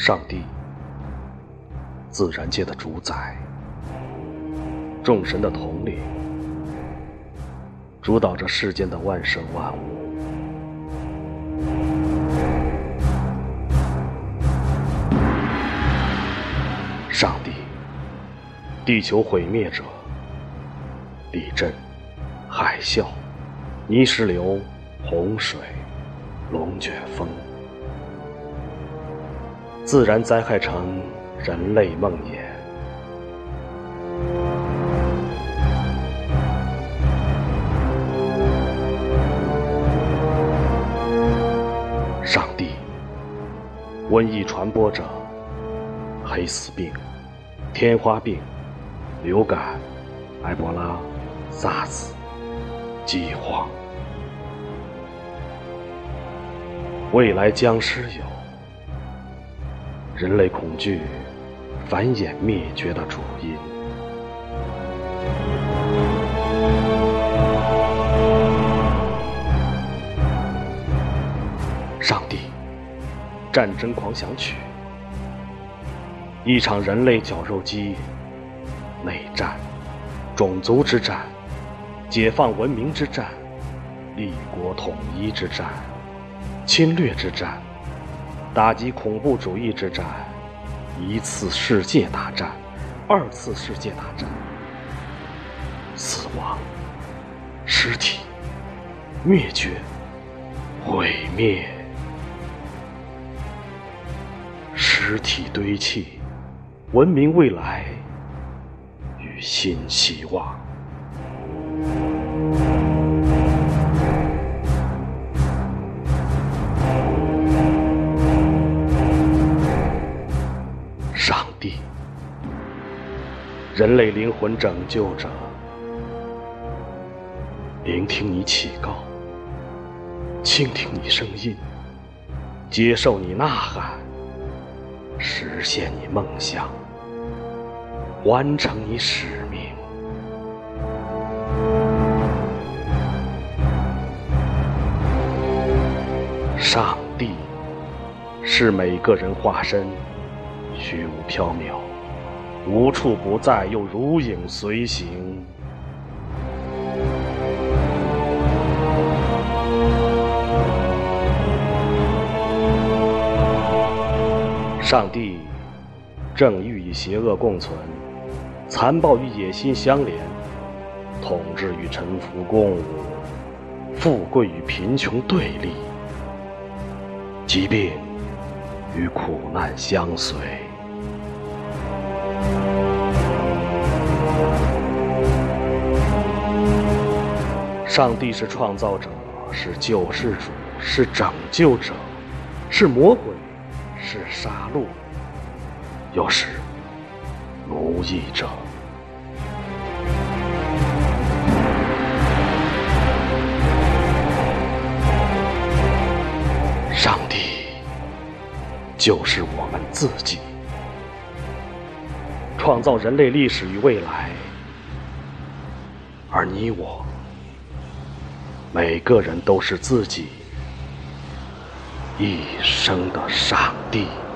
上帝，自然界的主宰，众神的统领，主导着世间的万生万物。上帝，地球毁灭者，地震、海啸、泥石流、洪水、龙卷风，自然灾害成人类梦魇。上帝，瘟疫传播者，黑死病、天花病、流感、埃博拉、SARS、饥荒，未来将失有，人类恐惧繁衍灭绝的主因。上帝，战争狂想曲，一场人类绞肉机内战，种族之战，解放文明之战，立国统一之战，侵略之战，打击恐怖主义之战，一次世界大战，二次世界大战，死亡、尸体、灭绝、毁灭，尸体堆砌，文明未来与新希望。上帝，人类灵魂拯救者，聆听你祈告，倾听你声音，接受你呐喊，实现你梦想，完成你使命。上帝，是每个人化身，虚无缥缈，无处不在，又如影随形。上帝，正义与邪恶共存，残暴与野心相连，统治与臣服共舞，富贵与贫穷对立，疾病与苦难相随。上帝是创造者，是救世主，是拯救者，是魔鬼，是杀戮，又是奴役者。上帝就是我们自己，创造人类历史与未来，而你我，每个人都是自己一生的上帝。